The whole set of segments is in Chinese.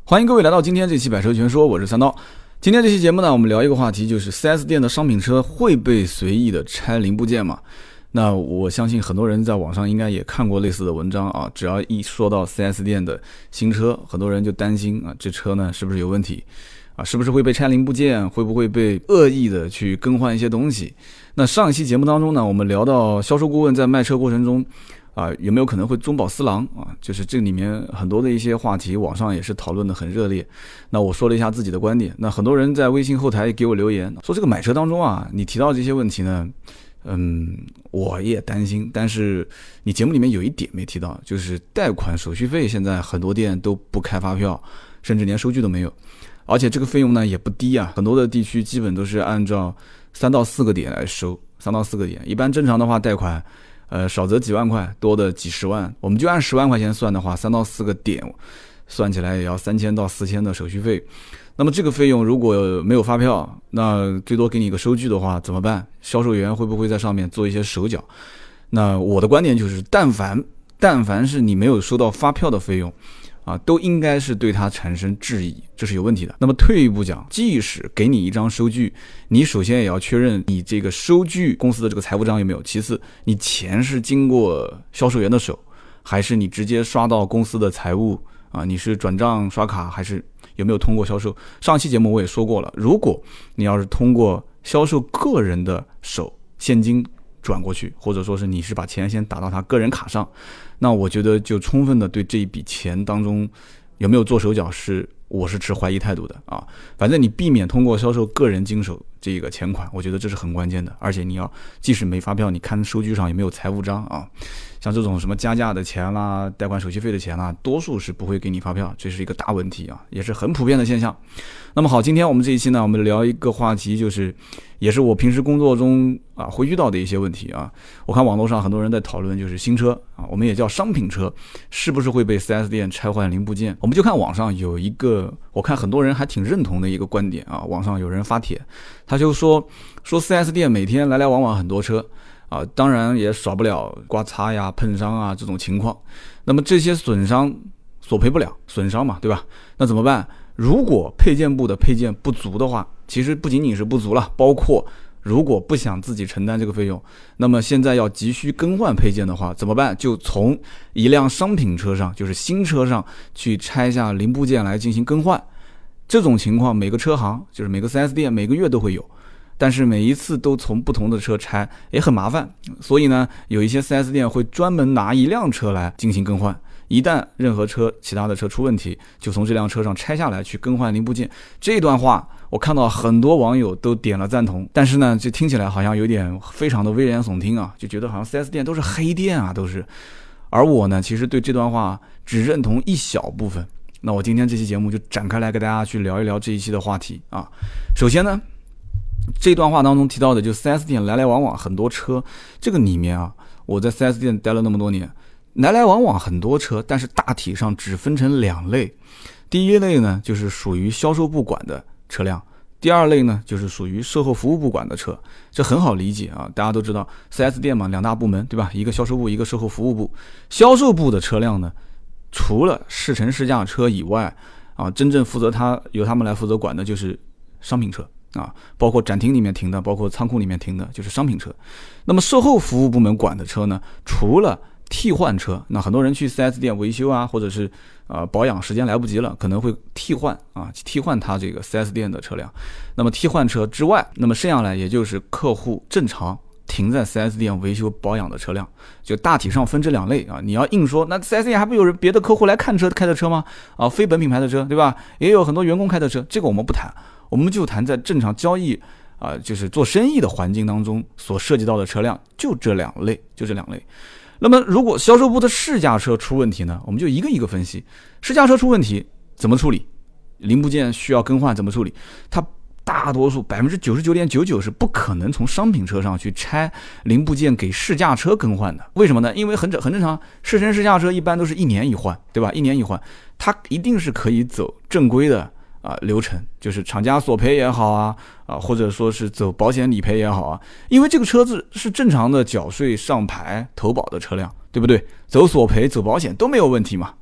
欢迎各位来到今天这期百车全说，我是三刀。今天这期节目呢，我们聊一个话题，就是 4S 店的商品车会被随意的拆零部件吗？那我相信很多人在网上应该也看过类似的文章啊，只要一说到 4S 店的新车，很多人就担心啊，这车呢是不是有问题啊？是不是会被拆零部件？会不会被恶意的去更换一些东西？那上一期节目当中呢，我们聊到销售顾问在卖车过程中有没有可能会中饱私囊啊？就是这里面很多的一些话题，网上也是讨论的很热烈。那我说了一下自己的观点，那很多人在微信后台给我留言，说这个买车当中啊，你提到这些问题呢，我也担心。但是你节目里面有一点没提到，就是贷款手续费，现在很多店都不开发票，甚至连收据都没有，而且这个费用呢也不低啊，很多的地区基本都是按照3到4个点来收，3到4个点。一般正常的话，贷款少则几万块，多的几十万，我们就按10万块钱算的话，3到4个点算起来也要3000到4000的手续费。那么这个费用如果没有发票，那最多给你一个收据的话怎么办？销售员会不会在上面做一些手脚？那我的观点就是，但凡是你没有收到发票的费用都应该是对它产生质疑，这是有问题的。那么退一步讲，即使给你一张收据，你首先也要确认你这个收据公司的这个财务账有没有，其次你钱是经过销售员的手，还是你直接刷到公司的财务你是转账刷卡，还是有没有通过销售。上期节目我也说过了，如果你要是通过销售个人的手现金转过去，或者说是你是把钱先打到他个人卡上，那我觉得就充分的对这一笔钱当中有没有做手脚我是持怀疑态度的啊。反正你避免通过销售个人经手这个钱款，我觉得这是很关键的。而且你要即使没发票，你看收据上有没有财务章啊？像这种什么加价的钱啦、贷款手续费的钱啦，多数是不会给你发票，这是一个大问题啊，也是很普遍的现象。那么好，今天我们这一期呢，我们聊一个话题，就是也是我平时工作中会遇到的一些问题啊。我看网络上很多人在讨论，就是新车我们也叫商品车，是不是会被 4S 店拆换零部件？我们就看网上有一个，我看很多人还挺认同的一个观点啊。网上有人发帖，他就说 4S 店每天来来往往很多车当然也少不了刮擦呀、碰伤这种情况。那么这些损伤索赔不了，损伤嘛，对吧？那怎么办？如果配件部的配件不足的话，其实不仅仅是不足了，包括如果不想自己承担这个费用，那么现在要急需更换配件的话怎么办？就从一辆商品车上，就是新车上去拆下零部件来进行更换。这种情况每个车行，就是每个 4S 店每个月都会有，但是每一次都从不同的车拆也很麻烦，所以呢，有一些 4S 店会专门拿一辆车来进行更换。一旦任何车其他的车出问题，就从这辆车上拆下来去更换零部件。这段话我看到很多网友都点了赞同，但是呢，这听起来好像有点非常的危言耸听就觉得好像 4S 店都是黑店都是。而我呢，其实对这段话只认同一小部分。那我今天这期节目就展开来给大家去聊一聊这一期的话题首先呢，这段话当中提到的就 4S 店来来往往很多车，这个里面我在 4S 店待了那么多年，来来往往很多车，但是大体上只分成2类。第一类呢，就是属于销售部管的车辆，第二类呢，就是属于售后服务部管的车。这很好理解大家都知道 4S 店嘛，2大部门对吧？一个销售部，一个售后服务部。销售部的车辆呢，除了试乘试驾车以外真正由他们来负责管的就是商品车包括展厅里面停的，包括仓库里面停的，就是商品车。那么售后服务部门管的车呢，除了替换车，那很多人去 4S 店维修或者是保养时间来不及了，可能会替换他这个 4S 店的车辆。那么替换车之外，那么剩下来也就是客户正常停在 4S 店维修保养的车辆，就大体上分这2类你要硬说，那 4S 店还不有人别的客户来看车开的车吗？非本品牌的车对吧？也有很多员工开的车，这个我们不谈，我们就谈在正常交易就是做生意的环境当中所涉及到的车辆，就这两类。那么如果销售部的试驾车出问题呢，我们就一个一个分析。试驾车出问题怎么处理？零部件需要更换怎么处理？它大多数 99.99% 是不可能从商品车上去拆零部件给试驾车更换的。为什么呢？因为很正常，试乘试驾车一般都是1年一换，对吧？1年一换，它一定是可以走正规的流程，就是厂家索赔也好或者说是走保险理赔也好因为这个车子是正常的缴税上牌投保的车辆，对不对？走索赔走保险都没有问题嘛。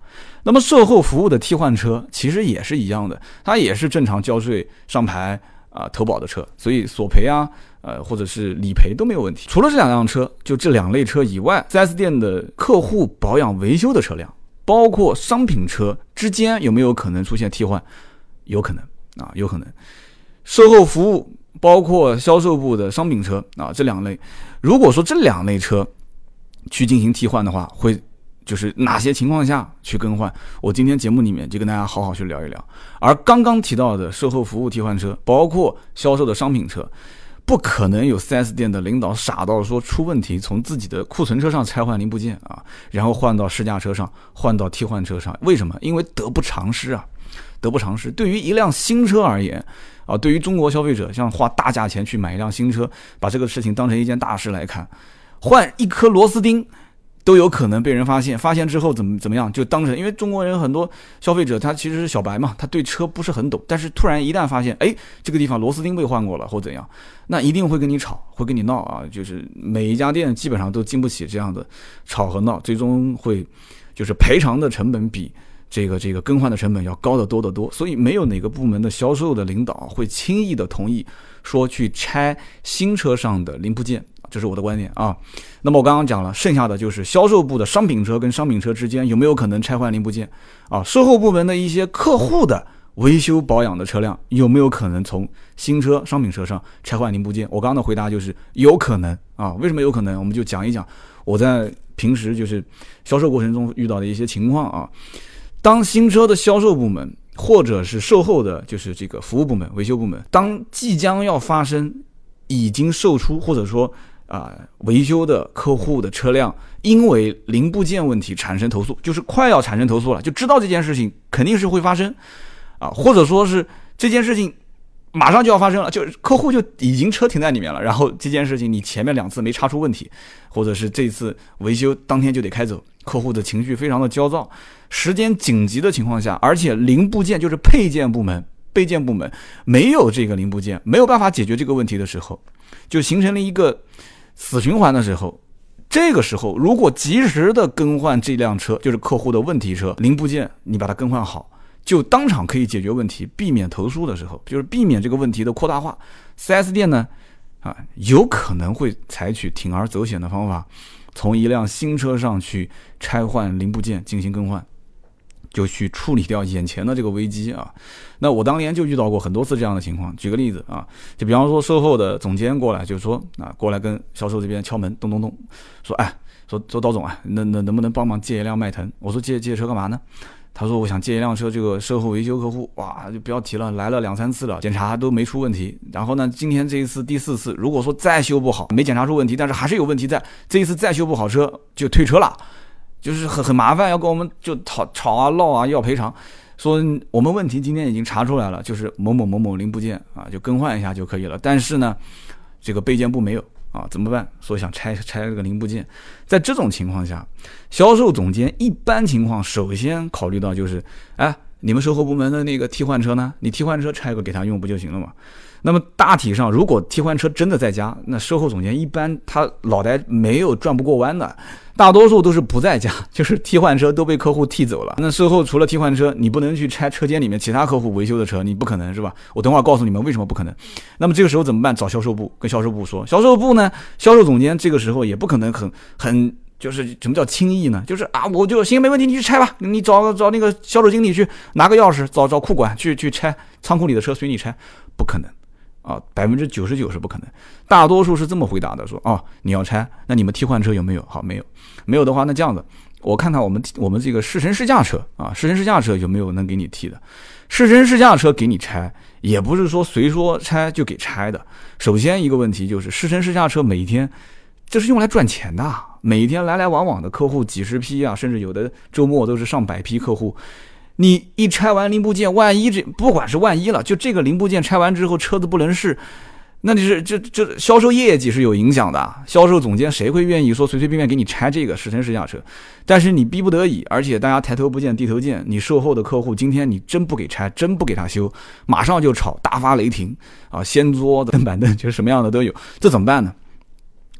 那么售后服务的替换车其实也是一样的，它也是正常交税上牌投保的车，所以索赔或者是理赔都没有问题。除了这两辆车，就这两类车以外， 4S 店的客户保养维修的车辆，包括商品车之间有没有可能出现替换？有可能有可能。售后服务包括销售部的商品车这两类，如果说这两类车去进行替换的话，会就是哪些情况下去更换，我今天节目里面就跟大家好好去聊一聊。而刚刚提到的售后服务替换车，包括销售的商品车，不可能有 4S 店的领导傻到说出问题从自己的库存车上拆换零部件然后换到试驾车上，换到替换车上。为什么？因为得不偿失得不偿失。对于一辆新车而言对于中国消费者，像花大价钱去买一辆新车，把这个事情当成一件大事来看，换一颗螺丝钉都有可能被人发现，发现之后怎么样，就当成，因为中国人很多消费者他其实是小白嘛，他对车不是很懂，但是突然一旦发现这个地方螺丝钉被换过了或怎样，那一定会跟你吵，会跟你闹就是每一家店基本上都经不起这样的吵和闹，最终会就是赔偿的成本比这个更换的成本要高得多得多。所以没有哪个部门的销售的领导会轻易的同意说去拆新车上的零部件，这是我的观点那么我刚刚讲了，剩下的就是销售部的商品车跟商品车之间有没有可能拆换零部件售后部门的一些客户的维修保养的车辆有没有可能从新车商品车上拆换零部件。我刚刚的回答就是有可能为什么有可能，我们就讲一讲我在平时就是销售过程中遇到的一些情况当新车的销售部门或者是售后的就是这个服务部门维修部门，当即将要发生已经售出或者说维修的客户的车辆因为零部件问题产生投诉，就是快要产生投诉了，就知道这件事情肯定是会发生或者说是这件事情马上就要发生了，就是客户就已经车停在里面了，然后这件事情你前面2次没查出问题，或者是这次维修当天就得开走，客户的情绪非常的焦躁，时间紧急的情况下，而且零部件就是备件部门没有这个零部件，没有办法解决这个问题的时候，就形成了一个死循环的时候，这个时候如果及时的更换这辆车，就是客户的问题车零部件，你把它更换好，就当场可以解决问题，避免投诉的时候，就是避免这个问题的扩大化。 4S 店呢有可能会采取铤而走险的方法，从一辆新车上去拆换零部件进行更换，就去处理掉眼前的这个危机那我当年就遇到过很多次这样的情况。举个例子就比方说售后的总监过来，就说过来跟销售这边敲门，咚咚咚，说说刀总能不能帮忙借一辆迈腾？我说借车干嘛呢？他说我想借一辆车，这个售后维修客户就不要提了，来了2-3次了，检查都没出问题。然后呢，今天这一次第4次，如果说再修不好，没检查出问题，但是还是有问题在，这一次再修不好车就退车了，就是很麻烦，要跟我们就吵闹要赔偿。说我们问题今天已经查出来了，就是某某零部件就更换一下就可以了，但是呢这个备件部没有怎么办？所以想拆这个零部件。在这种情况下，销售总监一般情况首先考虑到就是你们售后部门的那个替换车呢，你替换车拆个给他用不就行了吗？那么大体上如果替换车真的在家，那售后总监一般他脑袋没有转不过弯的，大多数都是不在家，就是替换车都被客户替走了。那售后除了替换车，你不能去拆车间里面其他客户维修的车，你不可能是吧？我等会儿告诉你们为什么不可能。那么这个时候怎么办？找销售部，跟销售部说。销售部呢，销售总监这个时候也不可能很就是什么叫轻易呢？就是我就行，没问题，你去拆吧，你找那个销售经理去拿个钥匙，找库管去拆仓库里的车随你拆，不可能。99%是不可能，大多数是这么回答的，说你要拆，那你们替换车有没有？好，没有的话，那这样子，我看看我们这个试乘试驾车试乘试驾车有没有能给你替的？试乘试驾车给你拆，也不是说随说拆就给拆的。首先一个问题就是试乘试驾车每一天这是用来赚钱的，每一天来来往往的客户几十批甚至有的周末都是上百批客户。你一拆完零部件，万一不管是万一了，就这个零部件拆完之后车子不能试，那你是这销售业绩是有影响的。销售总监谁会愿意说随随便便给你拆这个试乘试驾车？但是你逼不得已，而且大家抬头不见低头见，你售后的客户今天你真不给拆，真不给他修，马上就吵，大发雷霆掀桌子、蹬板凳，就是什么样的都有，这怎么办呢？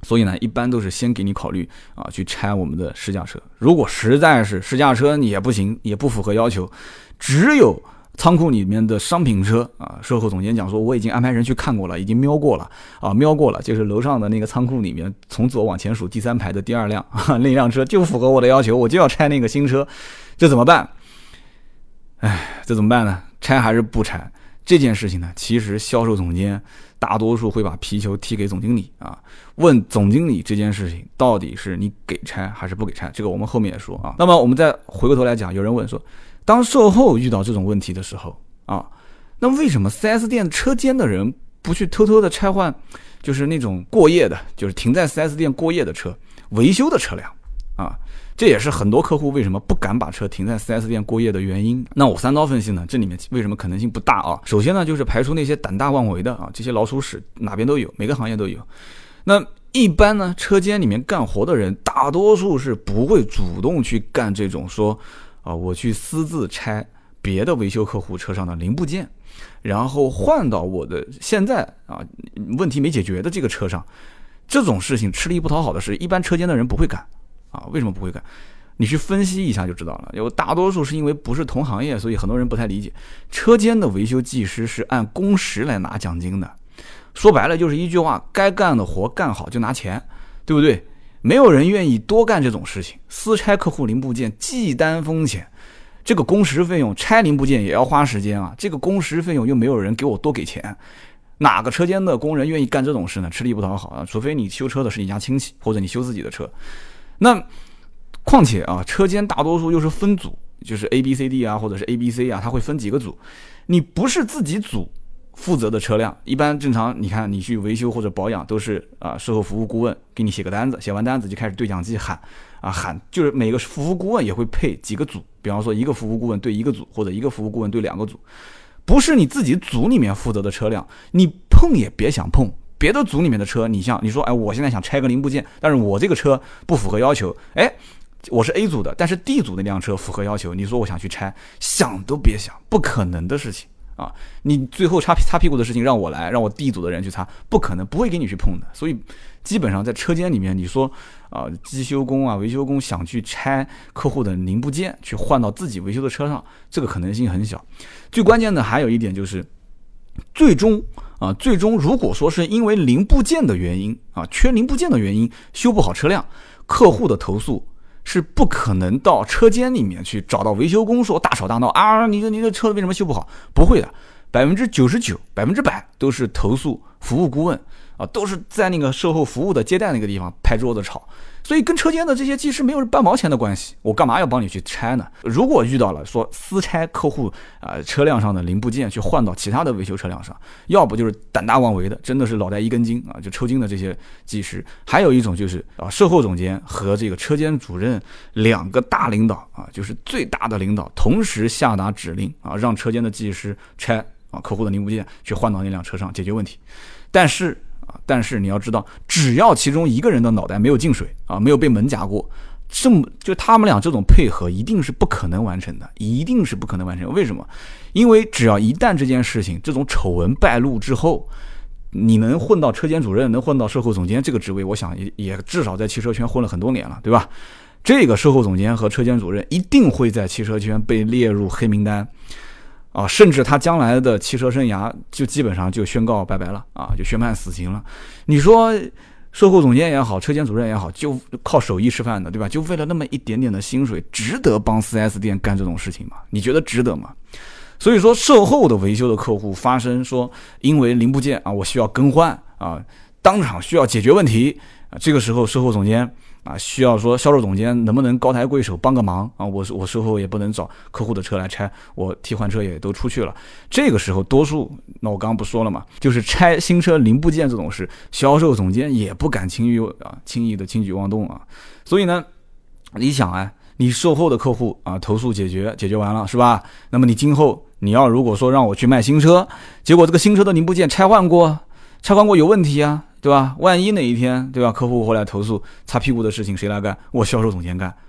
所以呢，一般都是先给你考虑啊，去拆我们的试驾车。如果实在是试驾车你也不行，也不符合要求，只有仓库里面的商品车啊，售后总监讲说我已经安排人去看过了，已经瞄过了，就是楼上的那个仓库里面，从左往前数第3排的第2辆啊，那辆车就符合我的要求，我就要拆那个新车，这怎么办？这怎么办呢？拆还是不拆？这件事情呢，其实销售总监大多数会把皮球踢给总经理啊，问总经理这件事情到底是你给拆还是不给拆，这个我们后面也说啊。那么我们再回过头来讲，有人问说，当售后遇到这种问题的时候啊，那为什么 4S 店车间的人不去偷偷的拆换，就是那种过夜的，就是停在 4S 店过夜的车，维修的车辆啊？这也是很多客户为什么不敢把车停在 4S 店过夜的原因。那我三刀分析呢，这里面为什么可能性不大啊？首先呢，就是排除那些胆大妄为的啊，这些老鼠屎哪边都有，每个行业都有。那一般呢，车间里面干活的人，大多数是不会主动去干这种说我去私自拆别的维修客户车上的零部件，然后换到我的现在问题没解决的这个车上。这种事情吃力不讨好的事，一般车间的人不会干。为什么不会干？你去分析一下就知道了。有大多数是因为不是同行业，所以很多人不太理解。车间的维修技师是按工时来拿奖金的，说白了就是一句话，该干的活干好就拿钱，对不对？没有人愿意多干这种事情，私拆客户零部件，既担风险，这个工时费用拆零部件也要花时间啊，这个工时费用又没有人给我多给钱，哪个车间的工人愿意干这种事呢？吃力不讨好啊，除非你修车的是你家亲戚，或者你修自己的车。那况且车间大多数又是分组，就是 ABCD 或者是 ABC 它会分几个组。你不是自己组负责的车辆，一般正常你看你去维修或者保养都是售后服务顾问给你写个单子，写完单子就开始对讲机喊，就是每个服务顾问也会配几个组，比方说一个服务顾问对一个组，或者一个服务顾问对2个组。不是你自己组里面负责的车辆，你碰也别想碰。别的组里面的车，你说我现在想拆个零部件，但是我这个车不符合要求，我是 A 组的，但是 D 组那辆车符合要求，你说我想去拆，想都别想，不可能的事情啊！你最后擦屁股的事情让我来，让我 D 组的人去擦，不可能，不会给你去碰的。所以基本上在车间里面，你说机修工维修工想去拆客户的零部件去换到自己维修的车上，这个可能性很小。最关键的还有一点就是，最终如果说是因为零部件的原因缺零部件的原因修不好车辆，客户的投诉是不可能到车间里面去找到维修工说大吵大闹你的车为什么修不好？不会的，99%、100%都是投诉服务顾问都是在那个售后服务的接待那个地方拍桌子吵。所以跟车间的这些技师没有半毛钱的关系，我干嘛要帮你去拆呢？如果遇到了说私拆客户车辆上的零部件去换到其他的维修车辆上，要不就是胆大妄为的，真的是脑袋一根筋就抽筋的这些技师，还有一种就是售后总监和这个车间主任2个大领导就是最大的领导同时下达指令让车间的技师拆客户的零部件去换到那辆车上解决问题。但是你要知道，只要其中一个人的脑袋没有进水没有被门夹过，就他们俩这种配合一定是不可能完成的，一定是不可能完成。为什么？因为只要一旦这件事情这种丑闻败露之后，你能混到车间主任，能混到售后总监这个职位，我想也至少在汽车圈混了很多年了，对吧？这个售后总监和车间主任一定会在汽车圈被列入黑名单甚至他将来的汽车生涯就基本上就宣告拜拜了就宣判死刑了。你说售后总监也好，车间主任也好，就靠手艺吃饭的，对吧？就为了那么一点点的薪水，值得帮 4S 店干这种事情吗？你觉得值得吗？所以说售后的维修的客户发生说因为零部件我需要更换当场需要解决问题这个时候售后总监需要说销售总监能不能高抬贵手帮个忙我售后也不能找客户的车来拆，我替换车也都出去了。这个时候多数，那我刚刚不说了嘛，就是拆新车零部件这种事，销售总监也不敢轻易的轻举妄动所以呢，你想你售后的客户投诉解决完了是吧？那么你今后你要如果说让我去卖新车，结果这个新车的零部件拆换过有问题对吧？万一哪一天对吧，客户后来投诉，擦屁股的事情谁来干？我销售总监干，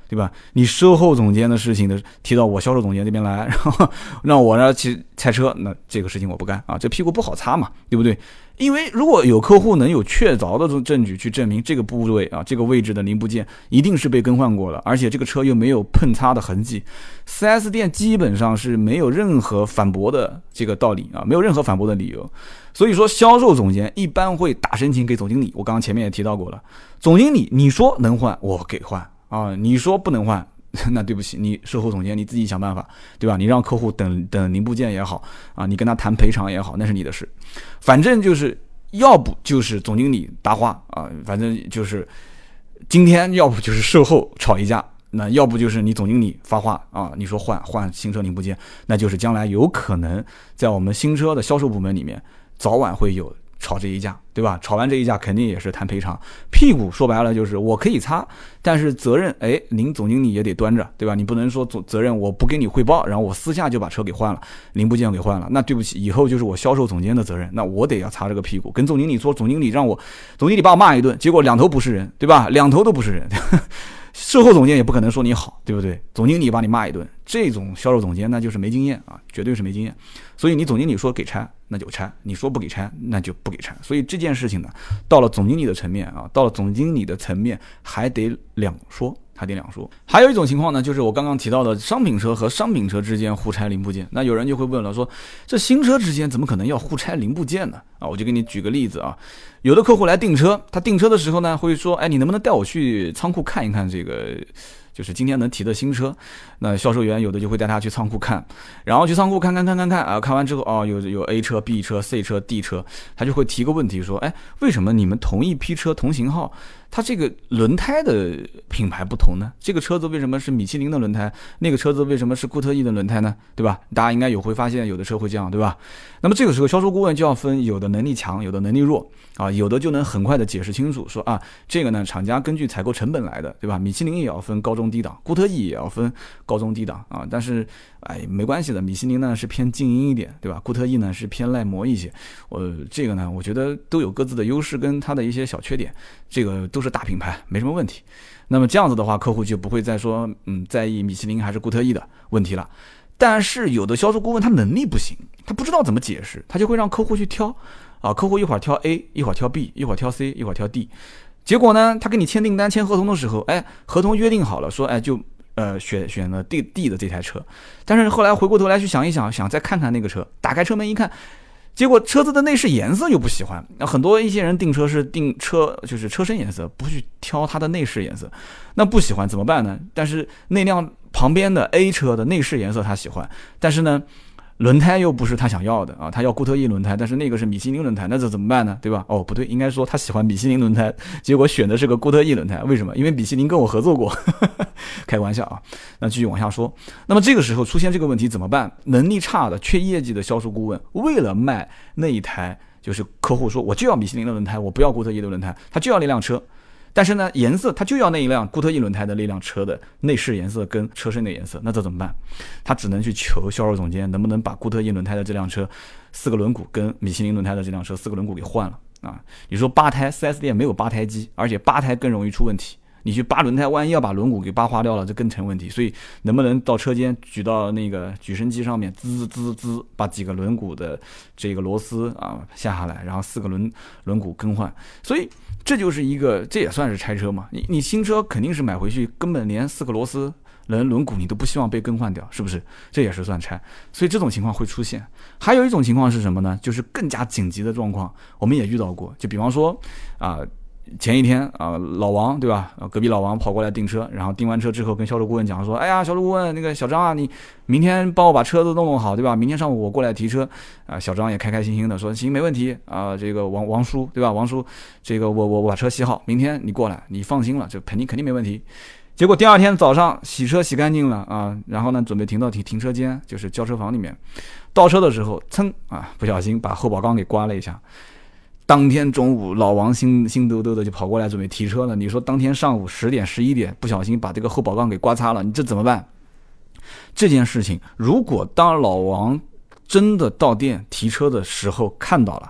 对吧？你售后总监的事情的提到我销售总监这边来，然后让我呢去拆车，那这个事情我不干啊，这屁股不好擦嘛，对不对？因为如果有客户能有确凿的证据去证明这个部位啊，这个位置的零部件一定是被更换过了，而且这个车又没有碰擦的痕迹， 4S 店基本上是没有任何反驳的这个道理啊，没有任何反驳的理由。所以说销售总监一般会打申请给总经理，我刚刚前面也提到过了，总经理你说能换我给换啊，你说不能换那对不起，你售后总监你自己想办法，对吧？你让客户等零部件也好啊，你跟他谈赔偿也好，那是你的事。反正就是要不就是总经理搭话啊，反正就是今天要不就是售后吵一架，那要不就是你总经理发话啊，你说换新车零部件，那就是将来有可能在我们新车的销售部门里面早晚会有吵这一架，对吧？吵完这一架肯定也是谈赔偿，屁股说白了就是我可以擦，但是责任您总经理也得端着，对吧？你不能说责任我不给你汇报，然后我私下就把车给换了，零部件给换了，那对不起，以后就是我销售总监的责任，那我得要擦这个屁股，跟总经理说，总经理把我骂一顿，结果两头不是人，对吧？两头都不是人售后总监也不可能说你好，对不对？总经理把你骂一顿，这种销售总监那就是没经验啊，绝对是没经验。所以你总经理说给拆那就拆，你说不给拆那就不给拆。所以这件事情呢，到了总经理的层面啊，到了总经理的层面还得两说。还有一种情况呢，就是我刚刚提到的商品车和商品车之间互拆零部件。那有人就会问了，说这新车之间怎么可能要互拆零部件呢？啊，我就给你举个例子啊，有的客户来订车，他订车的时候呢会说，你能不能带我去仓库看一看这个就是今天能提的新车？那销售员有的就会带他去仓库看，然后去仓库看啊，看完之后有 A 车 B 车 C 车 D 车，他就会提个问题说，为什么你们同一批车同型号它这个轮胎的品牌不同呢？这个车子为什么是米其林的轮胎，那个车子为什么是固特异的轮胎呢？对吧？大家应该会发现有的车会这样，对吧？那么这个时候销售顾问就要分有的能力强，有的能力弱啊，有的就能很快的解释清楚，说这个呢厂家根据采购成本来的，对吧？米其林也要分高中低档，固特异也要分高中低档啊，但是没关系的，米其林呢是偏静音一点，对吧？固特异呢是偏耐磨一些，这个呢我觉得都有各自的优势跟它的一些小缺点，这个都是大品牌，没什么问题。那么这样子的话，客户就不会再说在意米其林还是固特异的问题了。但是有的销售顾问他能力不行，他不知道怎么解释，他就会让客户去挑啊，客户一会儿挑 A， 一会儿挑 B， 一会儿挑 C， 一会儿挑 D。结果呢，他跟你签订单签合同的时候，合同约定好了，说就选了 D 的这台车，但是后来回过头来去想一想，想再看看那个车，打开车门一看，结果车子的内饰颜色又不喜欢。很多一些人订车是订车就是车身颜色，不去挑它的内饰颜色，那不喜欢怎么办呢？但是那辆旁边的 A 车的内饰颜色他喜欢，但是呢轮胎又不是他想要的啊，他要固特异轮胎，但是那个是米其林轮胎，那这怎么办呢？对吧？不对，应该说他喜欢米其林轮胎，结果选的是个固特异轮胎，为什么？因为米其林跟我合作过开玩笑啊。那继续往下说，那么这个时候出现这个问题怎么办？能力差的缺业绩的销售顾问，为了卖那一台，就是客户说我就要米其林的轮胎，我不要固特异的轮胎，他就要那辆车，但是呢颜色他就要那一辆固特异轮胎的那辆车的内饰颜色跟车身的颜色，那这怎么办？他只能去求销售总监能不能把固特异轮胎的这辆车4个轮毂跟米其林轮胎的这辆车4个轮毂给换了啊！你说8胎 4S 店没有8胎机，而且8胎更容易出问题，你去扒轮胎，万一要把轮毂给扒花掉了，这更成问题。所以能不能到车间举到那个举升机上面，滋滋滋，把几个轮毂的这个螺丝下来，然后4个轮毂更换。所以这就是一个，这也算是拆车嘛？你新车肯定是买回去，根本连4个螺丝轮毂你都不希望被更换掉，是不是？这也是算拆。所以这种情况会出现。还有一种情况是什么呢？就是更加紧急的状况，我们也遇到过。就比方说前一天老王对吧？隔壁老王跑过来订车，然后订完车之后跟销售顾问讲说，哎呀，销售顾问，那个小张啊，你明天帮我把车子弄好，对吧？明天上午我过来提车小张也开开心心的说，行，没问题这个王叔对吧？王叔，这个我把车洗好，明天你过来，你放心了，这肯定没问题。结果第二天早上洗车洗干净了然后呢准备停到停车间，就是交车房里面，倒车的时候噌不小心把后保杆给刮了一下。当天中午老王心兜兜的就跑过来准备提车了，你说当天上午10点11点不小心把这个后保杆给刮擦了，你这怎么办？这件事情如果当老王真的到店提车的时候看到了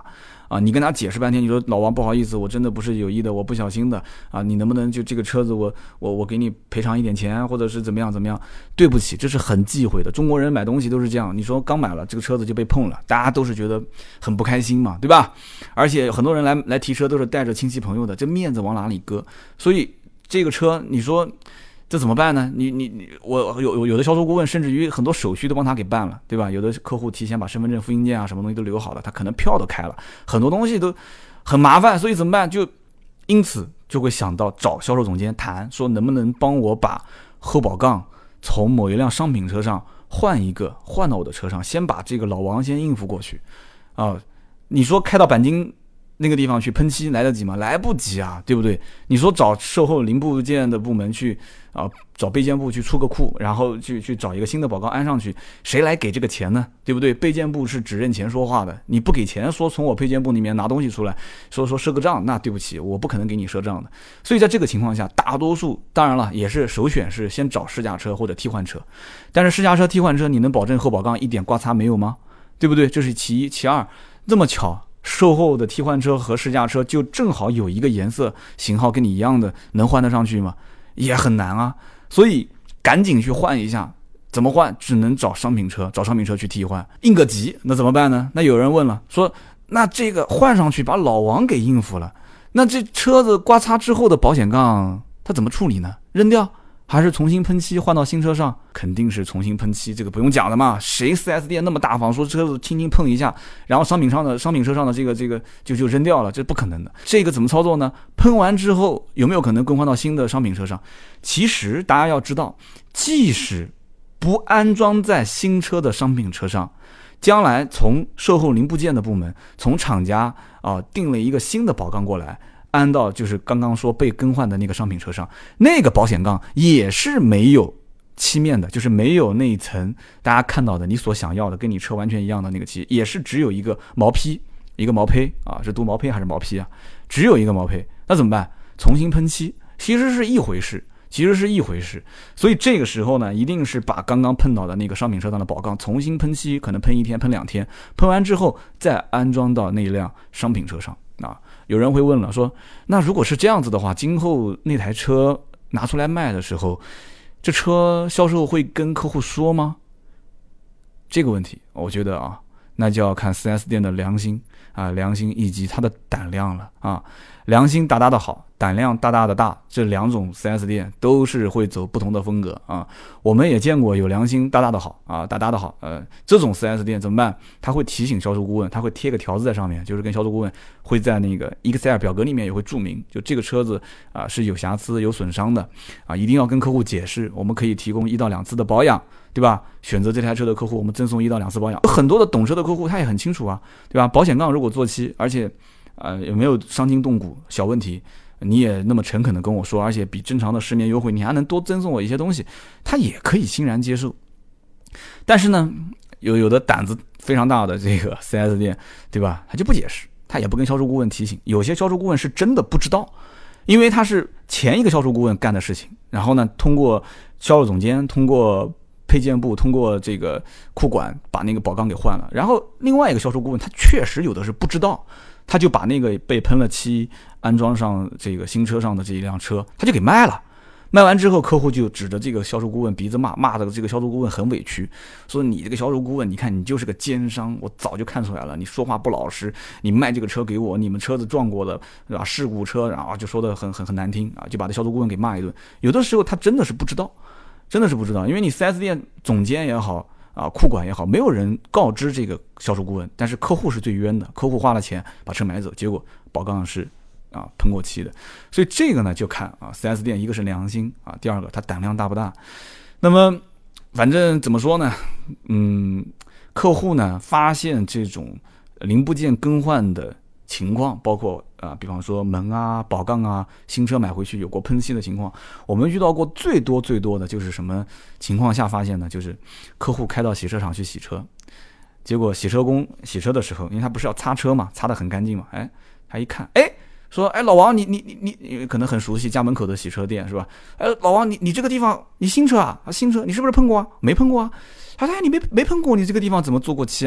啊，你跟他解释半天，你说老王不好意思，我真的不是有意的，我不小心的啊，你能不能就这个车子我给你赔偿一点钱，或者是怎么样？对不起，这是很忌讳的。中国人买东西都是这样，你说刚买了这个车子就被碰了，大家都是觉得很不开心嘛，对吧？而且很多人来提车都是带着亲戚朋友的，这面子往哪里搁？所以这个车你说这怎么办呢？我有的销售顾问甚至于很多手续都帮他给办了，对吧？有的客户提前把身份证、复印件啊什么东西都留好了，他可能票都开了，很多东西都很麻烦，所以怎么办？因此就会想到找销售总监谈，说能不能帮我把后保杠从某一辆商品车上换到我的车上，先把这个老王先应付过去啊。你说开到钣金那个地方去喷漆来得及吗？来不及啊，对不对？你说找售后零部件的部门去啊，找备件部去出个库，然后去找一个新的保杠安上去，谁来给这个钱呢？对不对？备件部是只认钱说话的，你不给钱，说从我配件部里面拿东西出来，说赊个账，那对不起，我不可能给你赊账的。所以在这个情况下，大多数当然了，也是首选是先找试驾车或者替换车，但是试驾车、替换车，你能保证后保杠一点刮擦没有吗？对不对？这是其一，其二，这么巧。售后的替换车和试驾车就正好有一个颜色型号跟你一样的，能换得上去吗？也很难啊，所以赶紧去换一下。怎么换？只能找商品车去替换，应个急。那怎么办呢？那有人问了，说那这个换上去把老王给应付了，那这车子刮擦之后的保险杠它怎么处理呢？扔掉还是重新喷漆换到新车上？肯定是重新喷漆，这个不用讲的嘛。谁 4S 店那么大方，说车子轻轻碰一下，然后商品车上的这个就扔掉了？这不可能的。这个怎么操作呢？喷完之后有没有可能更换到新的商品车上？其实大家要知道，即使不安装在新车的商品车上，将来从售后零部件的部门，从厂家订了一个新的保杠过来，安到就是刚刚说被更换的那个商品车上，那个保险杠也是没有漆面的，就是没有那一层大家看到的你所想要的跟你车完全一样的那个漆，也是只有一个毛坯，一个毛坯啊，是镀毛坯还是毛坯啊？只有一个毛坯，那怎么办？重新喷漆，其实是一回事。所以这个时候呢，一定是把刚刚碰到的那个商品车上的保杠重新喷漆，可能喷1天喷2天，喷完之后再安装到那一辆商品车上啊。有人会问了，说那如果是这样子的话，今后那台车拿出来卖的时候，这车销售会跟客户说吗？这个问题我觉得那就要看 4S 店的良心以及它的胆量了啊。良心大大的好，胆量大大的大，这两种 4S 店都是会走不同的风格啊。我们也见过有良心大大的好这种 4S 店怎么办？他会提醒销售顾问，他会贴个条子在上面，就是跟销售顾问会在那个 Excel 表格里面也会注明，就这个车子是有瑕疵有损伤的一定要跟客户解释，我们可以提供1到2次的保养，对吧？选择这台车的客户，我们赠送1到2次保养。很多的懂车的客户他也很清楚对吧？保险杠如果做漆，而且有没有伤筋动骨小问题，你也那么诚恳的跟我说，而且比正常的10年优惠，你还能多赠送我一些东西，他也可以欣然接受。但是呢，有的胆子非常大的这个 4S 店，对吧？他就不解释，他也不跟销售顾问提醒。有些销售顾问是真的不知道，因为他是前一个销售顾问干的事情，然后呢，通过销售总监，通过配件部，通过这个库管把那个保杠给换了，然后另外一个销售顾问他确实有的是不知道，他就把那个被喷了漆安装上这个新车上的这一辆车他就给卖了。卖完之后，客户就指着这个销售顾问鼻子骂的这个销售顾问很委屈，说你这个销售顾问，你看你就是个奸商，我早就看出来了，你说话不老实，你卖这个车给我，你们车子撞过的事故车，然后就说的很难听就把这销售顾问给骂一顿。有的时候他真的是不知道，因为你 4S 店总监也好库管也好，没有人告知这个销售顾问，但是客户是最冤的，客户花了钱把车买走，结果保杠是喷过漆的。所以这个呢就看4S 店，一个是良心第二个他胆量大不大。那么反正怎么说呢，客户呢发现这种零部件更换的情况，包括比方说门保杠新车买回去有过喷漆的情况，我们遇到过最多的就是什么情况下发现呢？就是客户开到洗车场去洗车，结果洗车工洗车的时候，因为他不是要擦车嘛，擦得很干净嘛，他一看，说老王你可能很熟悉家门口的洗车店是吧？老王你这个地方你新车新车你是不是碰过没碰过他说你没碰过，你这个地方怎么做过漆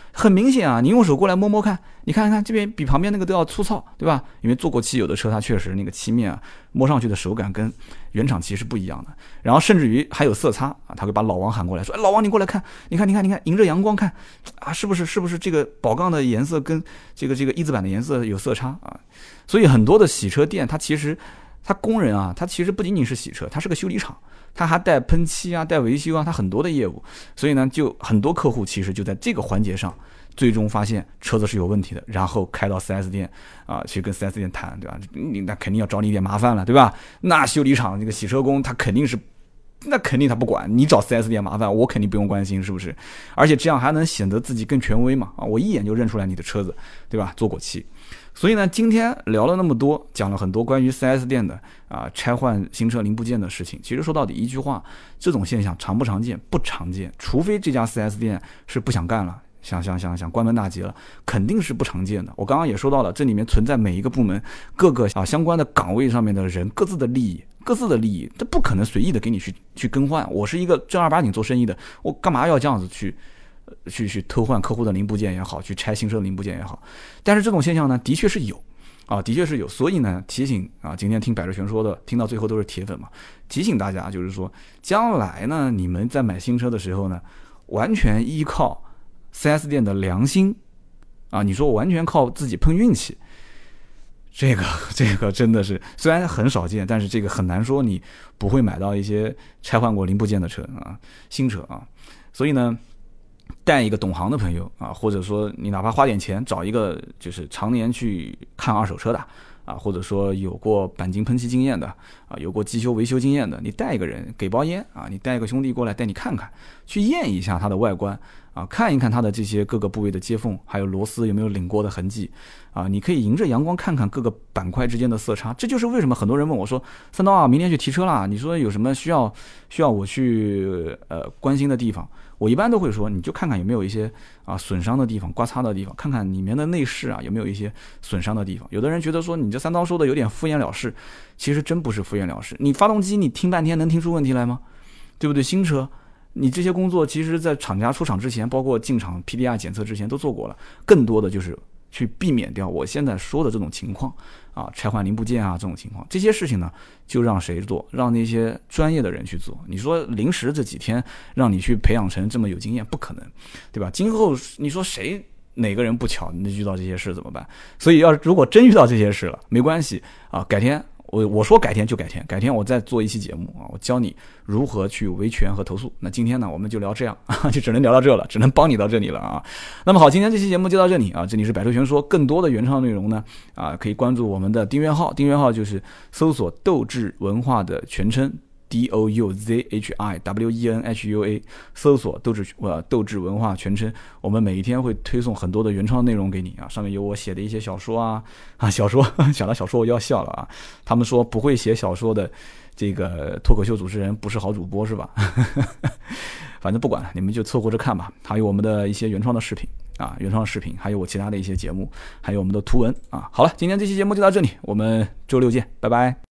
很明显啊，你用手过来摸摸看，你看看这边比旁边那个都要粗糙，对吧？因为做过漆有的车它确实那个漆面啊，摸上去的手感跟原厂漆是不一样的。然后甚至于还有色差啊，他会把老王喊过来说：“哎，老王你过来看，你看，迎着阳光看啊，是不是这个宝杠的颜色跟这个一字板的颜色有色差啊？”所以很多的洗车店，他工人啊，他其实不仅仅是洗车，他是个修理厂，他还带喷漆啊，带维修啊，他很多的业务。所以呢，就很多客户其实就在这个环节上，最终发现车子是有问题的，然后开到 4S 店啊，去跟 4S 店谈，对吧？那肯定要找你一点麻烦了，对吧？那修理厂这个洗车工他肯定他不管你找 4S 店麻烦，我肯定不用关心，是不是？而且这样还能显得自己更权威嘛？啊，我一眼就认出来你的车子，对吧？做过漆。所以呢，今天聊了那么多，讲了很多关于 4S 店的拆换新车零部件的事情。其实说到底一句话，这种现象常不常见？不常见，除非这家 4S 店是不想干了，想关门大吉了，肯定是不常见的。我刚刚也说到了，这里面存在每一个部门各个相关的岗位上面的人各自的利益，这不可能随意的给你去更换。我是一个正儿八经做生意的，我干嘛要这样子去偷换客户的零部件也好，去拆新车的零部件也好？但是这种现象呢，的确是有啊，的确是有。所以呢，提醒啊，今天听百哲全说的，听到最后都是铁粉嘛，提醒大家就是说，将来呢，你们在买新车的时候呢，完全依靠 4S 店的良心啊，你说我完全靠自己碰运气，这个真的是虽然很少见，但是这个很难说你不会买到一些拆换过零部件的车啊，新车啊。所以呢，带一个懂行的朋友啊，或者说你哪怕花点钱找一个就是常年去看二手车的啊，或者说有过钣金喷漆经验的啊，有过机修维修经验的，你带一个人，给包烟啊，你带一个兄弟过来带你看看，去验一下它的外观啊，看一看它的这些各个部位的接缝，还有螺丝有没有拧过的痕迹啊，你可以迎着阳光看看各个板块之间的色差。这就是为什么很多人问我说，三刀啊，明天去提车啦，你说有什么需要我去关心的地方？我一般都会说，你就看看有没有一些损伤的地方、刮擦的地方，看看里面的内饰有没有一些损伤的地方。有的人觉得说你这三刀说的有点敷衍了事，其实真不是敷衍了事。你发动机你听半天能听出问题来吗？对不对？新车你这些工作其实在厂家出厂之前，包括进厂 PDI 检测之前都做过了，更多的就是去避免掉我现在说的这种情况拆换零部件这种情况。这些事情呢，就让谁做？让那些专业的人去做。你说临时这几天让你去培养成这么有经验，不可能，对吧？今后你说哪个人不巧你遇到这些事怎么办？所以如果真遇到这些事了，没关系改天我说改天就改天我再做一期节目我教你如何去维权和投诉。那今天呢，我们就聊这样就只能聊到这了，只能帮你到这里了那么好，今天这期节目就到这里这里是百车全说，更多的原创内容呢可以关注我们的订阅号就是搜索斗志文化的全称DOUZHIWENHUA， 搜索斗志文化全称。我们每一天会推送很多的原创内容给你上面有我写的一些小说小说想到小说我就要笑了他们说不会写小说的这个脱口秀主持人不是好主播是吧？反正不管了，你们就凑合着看吧。还有我们的一些原创的视频还有我其他的一些节目，还有我们的图文好了，今天这期节目就到这里，我们周六见，拜拜。